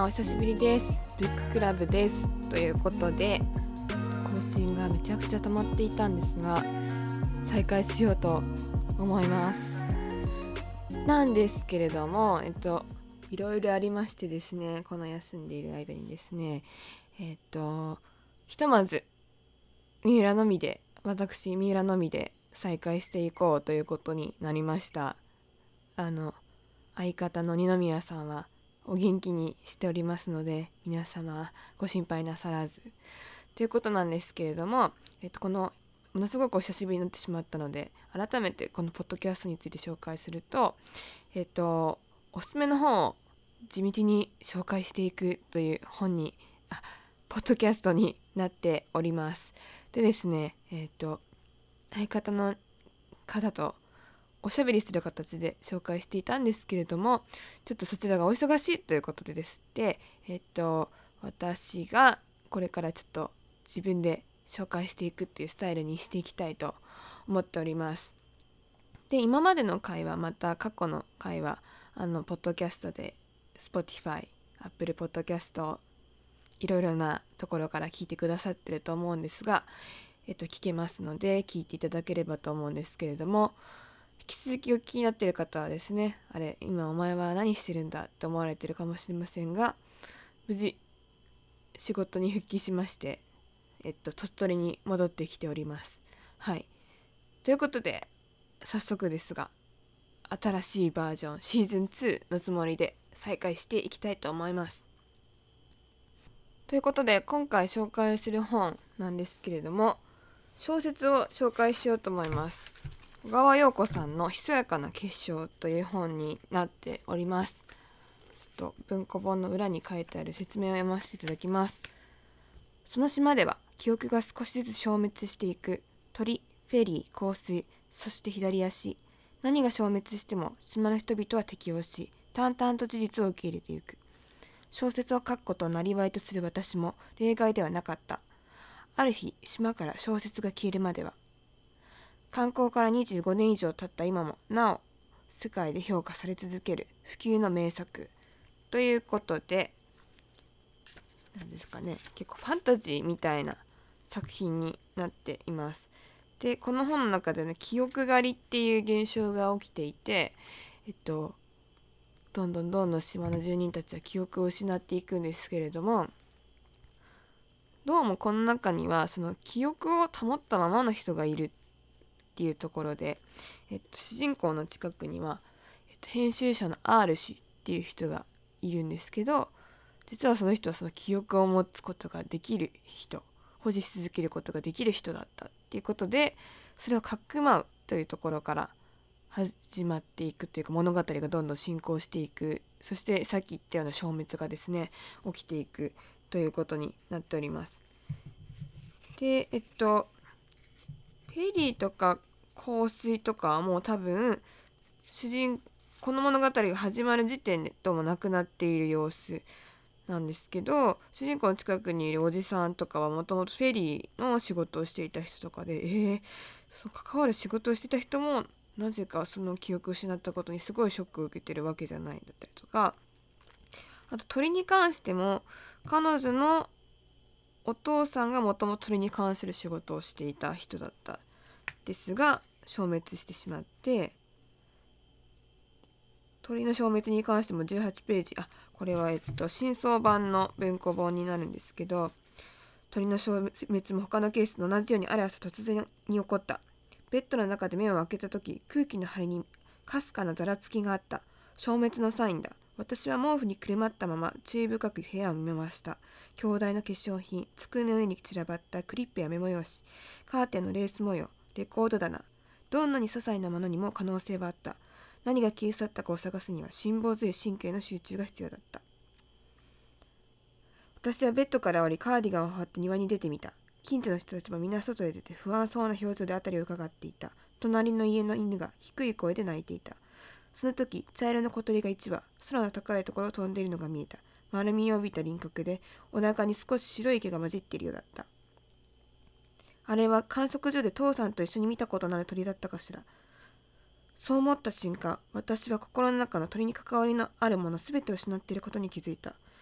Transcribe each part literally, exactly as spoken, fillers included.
お久しぶりです。ブッククラブですということで、更新がめちゃくちゃ溜まっていたんですが、再開しようと思います。なんですけれども、えっといろいろありましてですね、この休んでいる間にですね、えっとひとまず三浦のみで私三浦のみで再開していこうということになりました。あの相方の二宮さんはお元気にしておりますので、皆様ご心配なさらずということなんですけれども、えっと、このものすごくお久しぶりになってしまったので、改めてこのポッドキャストについて紹介すると、えっとおすすめの本を地道に紹介していくという本にあポッドキャストになっております。でですね、えっと相方の方とおしゃべりする形で紹介していたんですけれども、ちょっとそちらがお忙しいということでですね、えっと私がこれからちょっと自分で紹介していくっていうスタイルにしていきたいと思っております。で、今までの回はまた過去の回はあのポッドキャストで Spotify、Apple Podcast いろいろなところから聞いてくださってると思うんですが、えっと聞けますので聞いていただければと思うんですけれども、引き続きお気になっている方はですね、あれ今お前は何してるんだって思われてるかもしれませんが、無事仕事に復帰しまして、えっと鳥取に戻ってきております。はい。ということで早速ですが、新しいバージョンシーズンツーのつもりで再開していきたいと思います。ということで今回紹介する本なんですけれども、小説を紹介しようと思います。小川陽子さんのひそやかな結晶という本になっております。ちょっと文庫本の裏に書いてある説明を読ませていただきます。その島では記憶が少しずつ消滅していく。鳥、フェリー、香水、そして左足。何が消滅しても島の人々は適応し、淡々と事実を受け入れていく。小説を書くことを生業とする私も例外ではなかった。ある日、島から小説が消えるまでは。刊行からにじゅうごねん以上経った今もなお世界で評価され続ける不朽の名作ということで、なんですかね、結構ファンタジーみたいな作品になっています。で、この本の中でね、記憶狩りっていう現象が起きていて、えっとどんどんどんどん島の住人たちは記憶を失っていくんですけれども、どうもこの中にはその記憶を保ったままの人がいるっていうところで、えっと、主人公の近くには、えっと、編集者の R 氏っていう人がいるんですけど、実はその人はその記憶を持つことができる人、保持し続けることができる人だったっていうことで、それをかくまうというところから始まっていくというか、物語がどんどん進行していく。そしてさっき言ったような消滅がですね起きていくということになっております。で、えっとフェリーとか香水とかはもう多分主人この物語が始まる時点でどうもなくなっている様子なんですけど、主人公の近くにいるおじさんとかはもともとフェリーの仕事をしていた人とかで、えー、そう関わる仕事をしていた人もなぜかその記憶を失ったことにすごいショックを受けてるわけじゃないんだったりとか、あと鳥に関しても彼女のお父さんがもともと鳥に関する仕事をしていた人だったですが消滅してしまって、鳥の消滅に関してもじゅうはちページ、あこれはえっと新装版の文庫本になるんですけど、鳥の消滅も他のケースと同じようにある朝突然に起こった。ベッドの中で目を開けた時、空気の張りにかすかなざらつきがあった。消滅のサインだ。私は毛布にくるまったまま注意深く部屋を見回した。兄弟の化粧品、机の上に散らばったクリップやメモ用紙、カーテンのレース模様、レコード棚、どんなに些細なものにも可能性はあった。何が消え去ったかを探すには辛抱強い神経の集中が必要だった。私はベッドから降りカーディガンを羽織って庭に出てみた。近所の人たちもみんな外へ出て不安そうな表情で辺りを伺っていた。隣の家の犬が低い声で鳴いていた。その時、茶色の小鳥が一羽、空の高いところを飛んでいるのが見えた。丸みを帯びた輪郭で、お腹に少し白い毛が混じっているようだった。あれは観測所で父さんと一緒に見たことのある鳥だったかしら。そう思った瞬間、私は心の中の鳥に関わりのあるものすべてを失っていることに気づいた。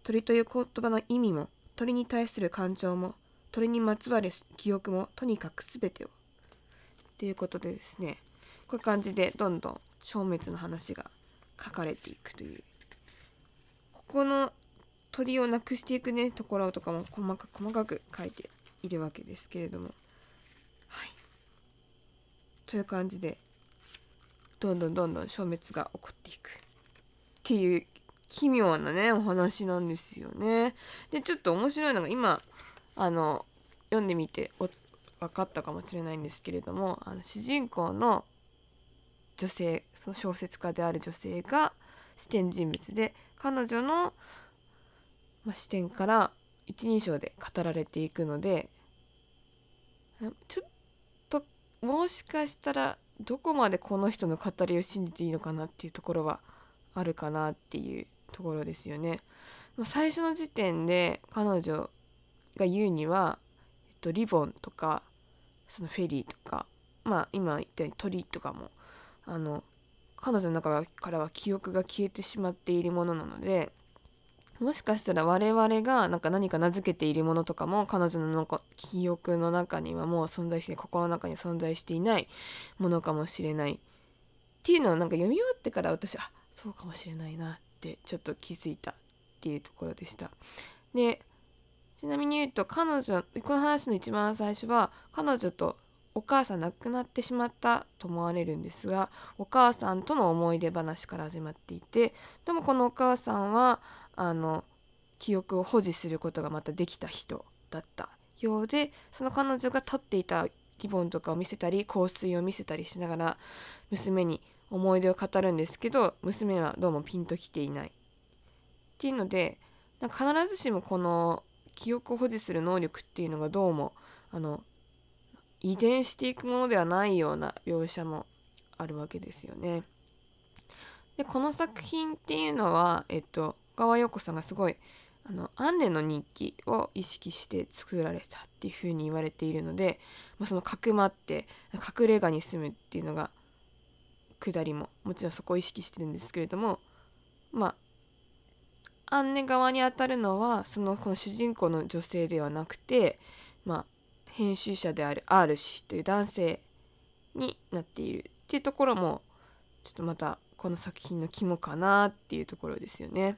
鳥という言葉の意味も、鳥に対する感情も、鳥にまつわる記憶も、とにかく全てをっていうことでですね、こういう感じでどんどん消滅の話が書かれていくという、ここの鳥をなくしていくねところとかも細かく細かく書いているわけですけれども、はい、という感じでどんどんどんどん消滅が起こっていくっていう奇妙なねお話なんですよね。でちょっと面白いのが、今あの読んでみておつ分かったかもしれないんですけれども、あの主人公の女性、その小説家である女性が視点人物で、彼女の、まあ、視点から一人称で語られていくので、ちょっともしかしたらどこまでこの人の語りを信じていいのかなっていうところはあるかなっていうところですよね。最初の時点で彼女が言うには、えっと、リボンとかそのフェリーとか、まあ今言ったように鳥とかも、あの彼女の中からは記憶が消えてしまっているものなので、もしかしたら我々がなんか何か名付けているものとかも彼女のなんか記憶の中にはもう存在して、心の中に存在していないものかもしれないっていうのをなんか読み終わってから、私あそうかもしれないなってちょっと気づいたっていうところでした。でちなみに言うと、彼女この話の一番最初は彼女とお母さん亡くなってしまったと思われるんですが、お母さんとの思い出話から始まっていて、でもこのお母さんはあの記憶を保持することがまたできた人だったようで、その彼女が取っていたリボンとかを見せたり香水を見せたりしながら娘に思い出を語るんですけど、娘はどうもピンときていないっていうので、なんか必ずしもこの記憶を保持する能力っていうのがどうもあの遺伝していくものではないような描写もあるわけですよね。でこの作品っていうのは、えっと、小川陽子さんがすごいあのアンネの日記を意識して作られたっていう風に言われているので、まあ、そのかくまって隠れ家に住むっていうのがくだりももちろんそこを意識してるんですけれども、まあアンネ側に当たるのはそのこの主人公の女性ではなくて、まあ編集者である R 氏という男性になっているっていうところもちょっとまたこの作品の肝かなっていうところですよね。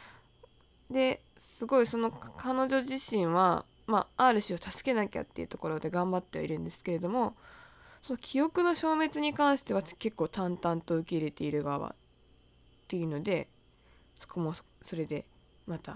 ですごいその彼女自身は、まあ、R 氏を助けなきゃっていうところで頑張ってはいるんですけれども、その記憶の消滅に関しては結構淡々と受け入れている側っていうので、そこもそれでまた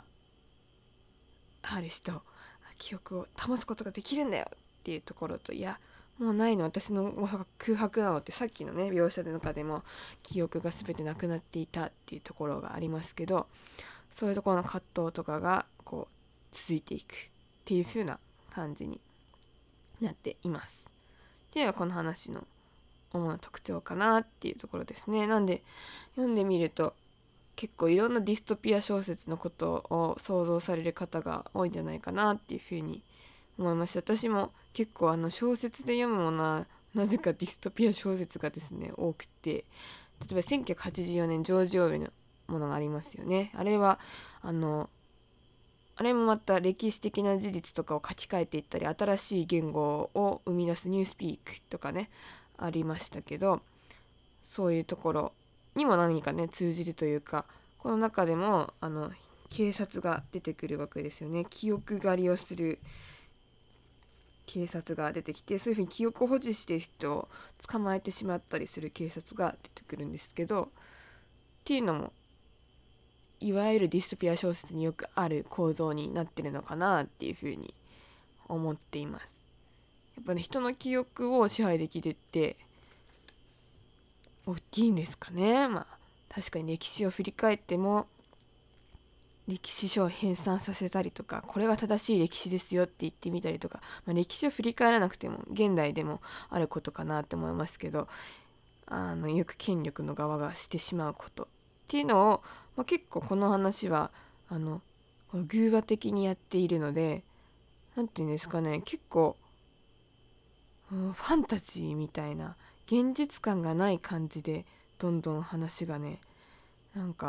R 氏と記憶を保つことができるんだよっていうところと、いやもうないの私の空白なのってさっきのね描写の中でも記憶が全てなくなっていたっていうところがありますけど、そういうところの葛藤とかがこう続いていくっていう風な感じになっています。っていうのがこの話の主な特徴かなっていうところですね。なんで読んでみると結構いろんなディストピア小説のことを想像される方が多いんじゃないかなっていう風に思いました。私も結構あの小説で読むものはなぜかディストピア小説がですね多くて、例えばせんきゅうひゃくはちじゅうよねんジョージ・オーウェルのものがありますよね。あれはあのあれもまた歴史的な事実とかを書き換えていったり、新しい言語を生み出すニュースピークとかねありましたけど、そういうところにも何かね通じるというか、この中でもあの警察が出てくるわけですよね。記憶狩りをする警察が出てきて、そういうふうに記憶を保持している人を捕まえてしまったりする警察が出てくるんですけど、っていうのもいわゆるディストピア小説によくある構造になってるのかなっていうふうに思っています。やっぱね、人の記憶を支配できるって大きいんですかね。まあ確かに歴史を振り返っても歴史書を編纂させたりとか、これが正しい歴史ですよって言ってみたりとか、まあ、歴史を振り返らなくても現代でもあることかなって思いますけど、あのよく権力の側がしてしまうことっていうのを、まあ、結構この話はあの偶話的にやっているので、なんていうんですかね、結構、うん、ファンタジーみたいな現実感がない感じでどんどん話がねなんか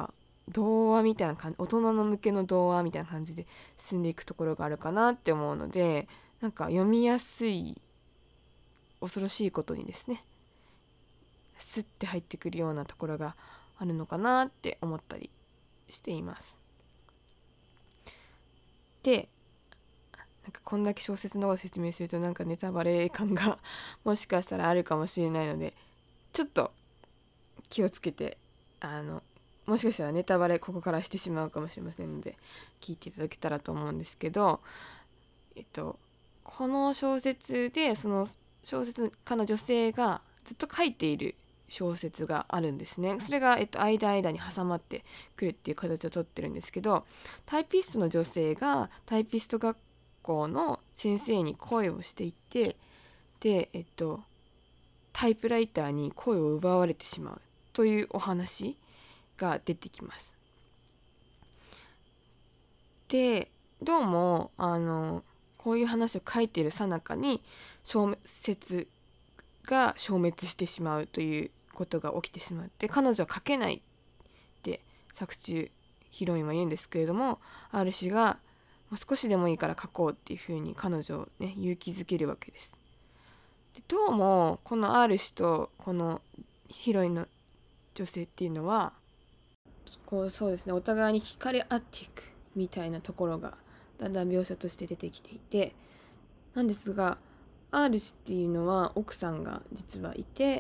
童話みたいな感じ、大人の向けの童話みたいな感じで進んでいくところがあるかなって思うので、なんか読みやすい、恐ろしいことにですね、スッて入ってくるようなところがあるのかなって思ったりしています。で、なんかこんだけ小説のことを説明するとなんかネタバレ感がもしかしたらあるかもしれないので、ちょっと気をつけて、あのもしかしたらネタバレここからしてしまうかもしれませんので聞いていただけたらと思うんですけど、えっとこの小説でその小説家の女性がずっと書いている小説があるんですね。それが、えっと、間間に挟まってくるっていう形をとってるんですけど、タイピストの女性がタイピスト学校の先生に恋をしていて、で、えっと、タイプライターに声を奪われてしまうというお話が出てきます。で、どうもあのこういう話を書いている最中に小説が消滅してしまうということが起きてしまって、彼女は書けないって作中ヒロインは言うんですけれども、ある氏がもう少しでもいいから書こうっていうふうに彼女をね勇気づけるわけです。で、どうもこの R 氏とこのヒロインの女性っていうのはこうそうですね、お互いに惹かれ合っていくみたいなところがだんだん描写として出てきていて、なんですが R 氏っていうのは奥さんが実はいて、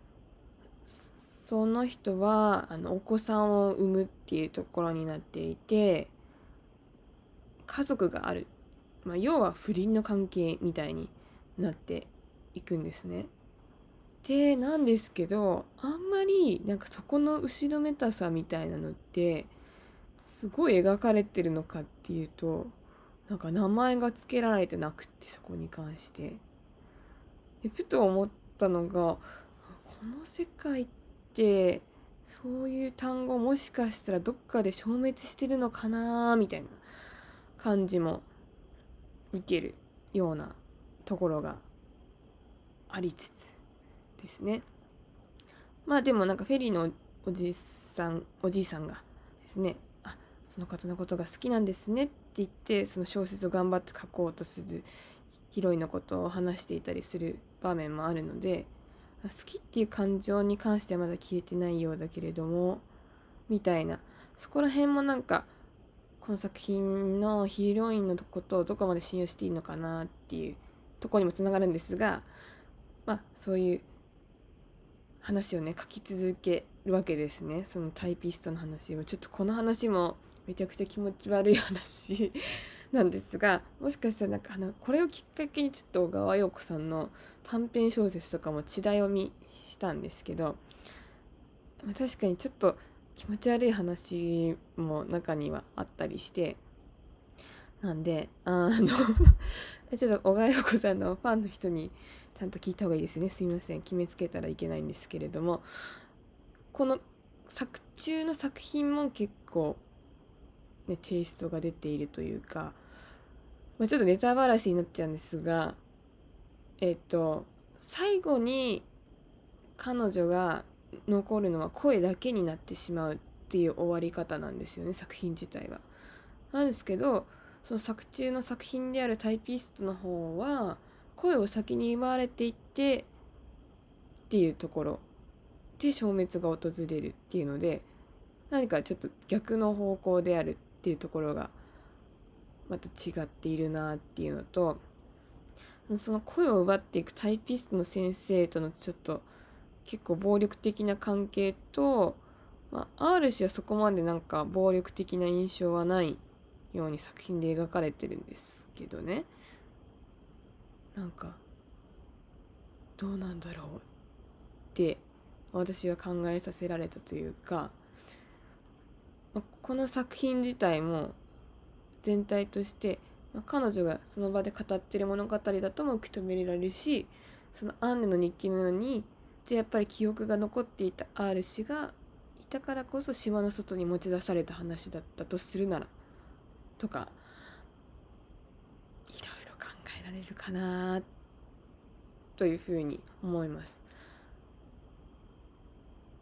その人はあのお子さんを産むっていうところになっていて、家族がある、まあ、要は不倫の関係みたいになっていくんですね。で、なんですけど、あんまりなんかそこの後ろめたさみたいなのってすごい描かれてるのかっていうと、なんか名前が付けられてなくって、そこに関してでふと思ったのが、この世界ってそういう単語もしかしたらどっかで消滅してるのかなみたいな感じも受けるようなところがありつつですね。まあでもなんかフェリーのおじいさんおじいさんがですね、あ、その方のことが好きなんですねって言って、その小説を頑張って書こうとするヒロインのことを話していたりする場面もあるので、好きっていう感情に関してはまだ消えてないようだけれどもみたいな、そこら辺もなんかこの作品のヒロインのことをどこまで信用していいのかなっていうところにもつながるんですが、まあそういう話をね書き続けるわけですね。そのタイピストの話を、ちょっとこの話もめちゃくちゃ気持ち悪い話なんですが、もしかしたらなんかあのこれをきっかけにちょっと小川陽子さんの短編小説とかも千田読みしたんですけど、確かにちょっと気持ち悪い話も中にはあったりして、なんであのちょっと小川陽子さんのファンの人にちゃんと聞いた方がいいですね。すいません、決めつけたらいけないんですけれども、この作中の作品も結構ねテイストが出ているというか、まあ、ちょっとネタばらしになっちゃうんですが、えっと最後に彼女が残るのは声だけになってしまうっていう終わり方なんですよね、作品自体は。なんですけど、その作中の作品であるタイピストの方は声を先に奪われていってっていうところで消滅が訪れるっていうので、何かちょっと逆の方向であるっていうところがまた違っているなっていうのと、その声を奪っていくタイピストの先生とのちょっと結構暴力的な関係と、まあ、R 氏はそこまでなんか暴力的な印象はないように作品で描かれてるんですけどね、なんかどうなんだろうって私は考えさせられたというか、まあ、この作品自体も全体として、まあ、彼女がその場で語ってる物語だとも受け止められるし、そのアンネの日記のようにじゃあやっぱり記憶が残っていた R 氏がいたからこそ島の外に持ち出された話だったとするならとか、いろいろ考えられるかなというふうに思います。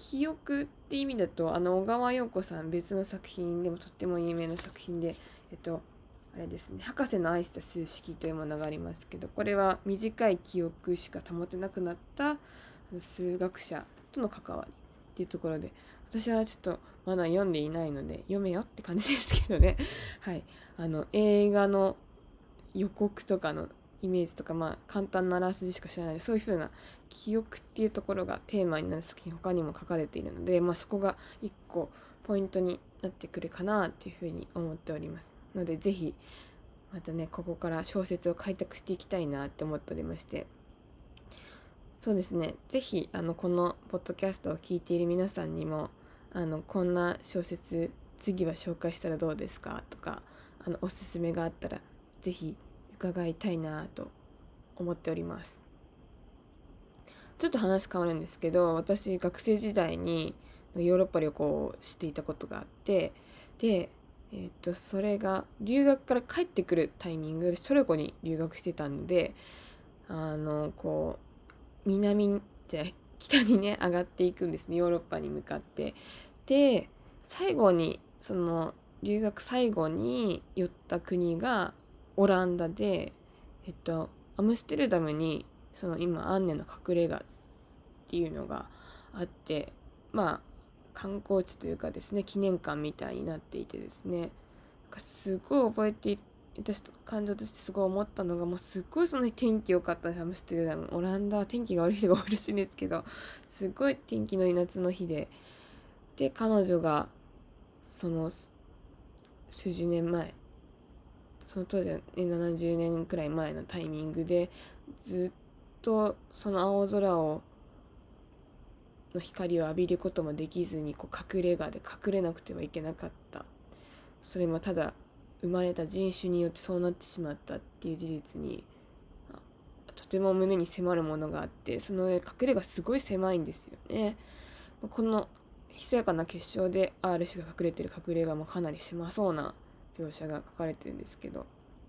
記憶って意味だと、あの小川洋子さん別の作品でもとっても有名な作品で、えっとあれですね、博士の愛した数式というものがありますけど、これは短い記憶しか保てなくなった数学者との関わりっていうところで、私はちょっとまだ読んでいないので読めよって感じですけどねはい、あの映画の予告とかのイメージとか、まあ簡単なあらすじしか知らないで、そういう風な記憶っていうところがテーマになる作品他にも書かれているので、まあそこが一個ポイントになってくるかなっていう風に思っておりますので、ぜひまたねここから小説を開拓していきたいなって思っておりまして、そうですね、ぜひあのこのポッドキャストを聞いている皆さんにも、あのこんな小説次は紹介したらどうですかとか、あのおすすめがあったらぜひ伺いたいなと思っております。ちょっと話変わるんですけど、私学生時代にヨーロッパ旅行をしていたことがあって、で、えー、っとそれが留学から帰ってくるタイミングでトルコに留学してたんで、あのこう南じゃ北にね上がっていくんですね、ヨーロッパに向かって。で最後にその留学最後に寄った国がオランダで、えっとアムステルダムにその今アンネの隠れ家っていうのがあって、まあ観光地というかですね、記念館みたいになっていてですね、すごい覚えていた感情としてすごい思ったのが、もうすっごいその日天気良かったんです。アムステルダム、オランダは天気が悪い人が多いらしいんですけど、すごい天気のいい夏の日で、で彼女がその数十年前、その当時は、ね、ななじゅうねんくらい前のタイミングでずっとその青空をの光を浴びることもできずに、こう隠れ家で隠れなくてはいけなかった。それもただ生まれた人種によってそうなってしまったっていう事実にとても胸に迫るものがあって、その隠れ家がすごい狭いんですよね。このひそやかな結晶で R 氏が隠れてる隠れ家もかなり狭そうな描写が書かれてるんですけど、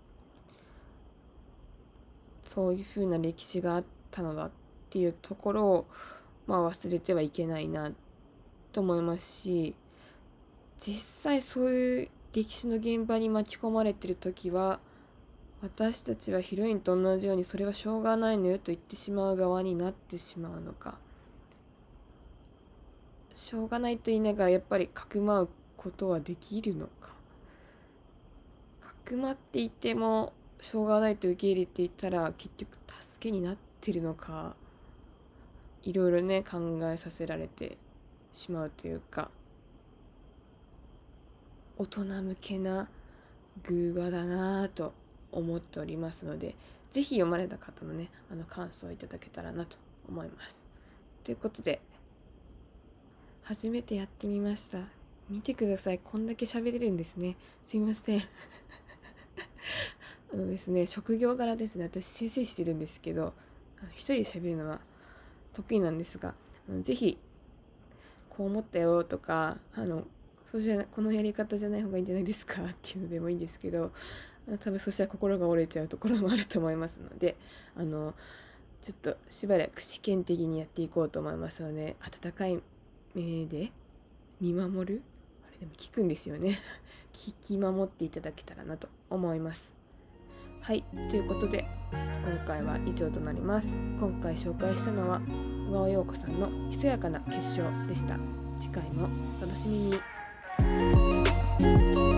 そういう風な歴史があったのだっていうところを、まあ、忘れてはいけないなと思いますし、実際そういう歴史の現場に巻き込まれてる時は、私たちはヒロインと同じようにそれはしょうがないのよと言ってしまう側になってしまうのか、しょうがないと言いながらやっぱりかくまうことはできるのか、かくまっていてもしょうがないと受け入れていたら結局助けになってるのか、いろいろね考えさせられてしまうというか、大人向けな偶話だなぁと思っておりますので、ぜひ読まれた方のねあの感想をいただけたらなと思います。ということで初めてやってみました。見てください、こんだけ喋れるんですね。すいませんあのですね、職業柄ですね、私先生してるんですけど、一人で喋るのは得意なんですが、あのぜひこう思ったよとか、あのそうじゃこのやり方じゃない方がいいんじゃないですかっていうのでもいいんですけど、多分そしたら心が折れちゃうところもあると思いますので、あのちょっとしばらく試験的にやっていこうと思いますので、温かい目で見守る、あれでも聞くんですよね聞き守っていただけたらなと思います。はい、ということで今回は以上となります。今回紹介したのは小川洋子さんのひそやかな結晶でした。次回もお楽しみに。